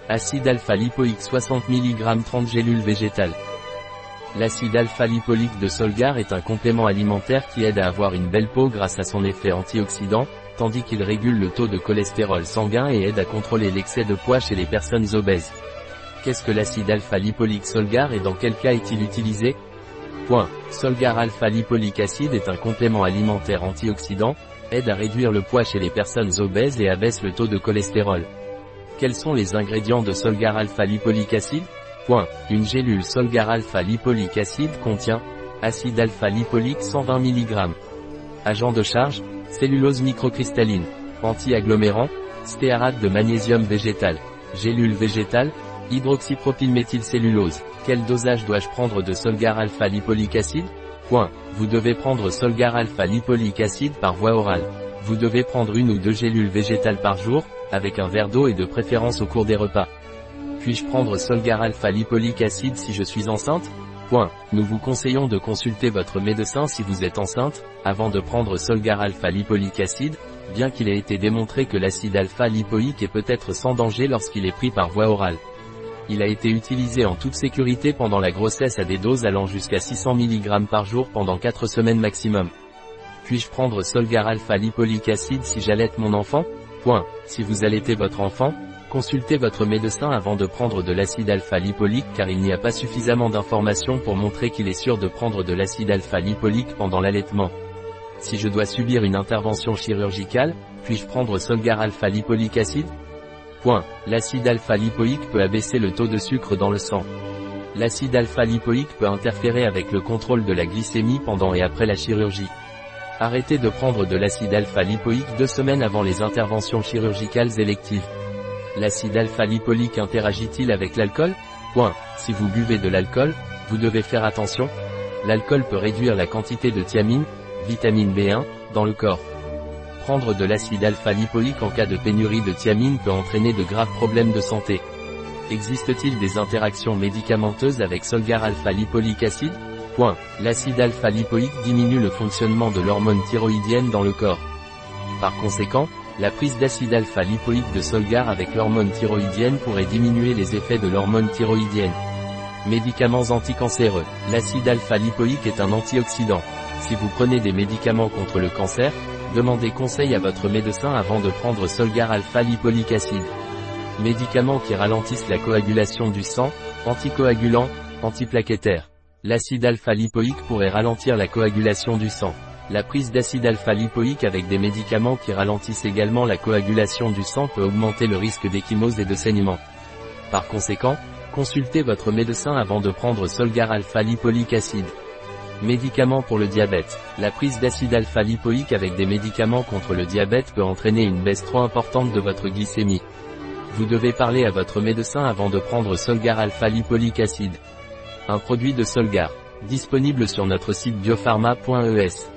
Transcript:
Acide alpha-lipoïque 60 mg 30 gélules végétales. L'acide alpha-lipoïque de Solgar est un complément alimentaire qui aide à avoir une belle peau grâce à son effet antioxydant, tandis qu'il régule le taux de cholestérol sanguin et aide à contrôler l'excès de poids chez les personnes obèses. Qu'est-ce que l'acide alpha-lipoïque Solgar et dans quel cas est-il utilisé? Solgar alpha-lipoïque acide est un complément alimentaire antioxydant, aide à réduire le poids chez les personnes obèses et abaisse le taux de cholestérol. Quels sont les ingrédients de Solgar alpha-lipoïque acide? Une gélule Solgar alpha-lipoïque acide contient acide alpha-lipoïque 120 mg. Agent de charge, cellulose microcristalline. Anti-agglomérant, stéarate de magnésium végétal. Gélule végétale, hydroxypropylméthylcellulose. Quel dosage dois-je prendre de Solgar alpha-lipoïque acide? Vous devez prendre Solgar alpha-lipoïque acide par voie orale. Vous devez prendre 1 ou 2 gélules végétales par jour, avec un verre d'eau et de préférence au cours des repas. Puis-je prendre Solgar alpha-lipoïque acide si je suis enceinte? Nous vous conseillons de consulter votre médecin si vous êtes enceinte, avant de prendre Solgar alpha-lipoïque acide, bien qu'il ait été démontré que l'acide alpha-lipoïque est peut-être sans danger lorsqu'il est pris par voie orale. Il a été utilisé en toute sécurité pendant la grossesse à des doses allant jusqu'à 600 mg par jour pendant 4 semaines maximum. Puis-je prendre Solgar alpha-lipoïque acide si j'allaite mon enfant? Si vous allaitez votre enfant, consultez votre médecin avant de prendre de l'acide alpha-lipoïque car il n'y a pas suffisamment d'informations pour montrer qu'il est sûr de prendre de l'acide alpha-lipoïque pendant l'allaitement. Si je dois subir une intervention chirurgicale, puis-je prendre Solgar alpha-lipoïque acide? L'acide alpha-lipoïque peut abaisser le taux de sucre dans le sang. L'acide alpha-lipoïque peut interférer avec le contrôle de la glycémie pendant et après la chirurgie. Arrêtez de prendre de l'acide alpha-lipoïque 2 semaines avant les interventions chirurgicales électives. L'acide alpha-lipoïque interagit-il avec l'alcool? Si vous buvez de l'alcool, vous devez faire attention. L'alcool peut réduire la quantité de thiamine, vitamine B1, dans le corps. Prendre de l'acide alpha-lipoïque en cas de pénurie de thiamine peut entraîner de graves problèmes de santé. Existe-t-il des interactions médicamenteuses avec Solgar alpha-lipoïque acide? L'acide alpha-lipoïque diminue le fonctionnement de l'hormone thyroïdienne dans le corps. Par conséquent, la prise d'acide alpha-lipoïque de Solgar avec l'hormone thyroïdienne pourrait diminuer les effets de l'hormone thyroïdienne. Médicaments anticancéreux. L'acide alpha-lipoïque est un antioxydant. Si vous prenez des médicaments contre le cancer, demandez conseil à votre médecin avant de prendre Solgar alpha-lipoïque acide. Médicaments qui ralentissent la coagulation du sang, anticoagulants, antiplaquettaires. L'acide alpha-lipoïque pourrait ralentir la coagulation du sang. La prise d'acide alpha-lipoïque avec des médicaments qui ralentissent également la coagulation du sang peut augmenter le risque d'échymose et de saignement. Par conséquent, consultez votre médecin avant de prendre Solgar alpha-lipoïque acide. Médicaments pour le diabète. La prise d'acide alpha-lipoïque avec des médicaments contre le diabète peut entraîner une baisse trop importante de votre glycémie. Vous devez parler à votre médecin avant de prendre Solgar alpha-lipoïque acide. Un produit de Solgar, disponible sur notre site biopharma.es.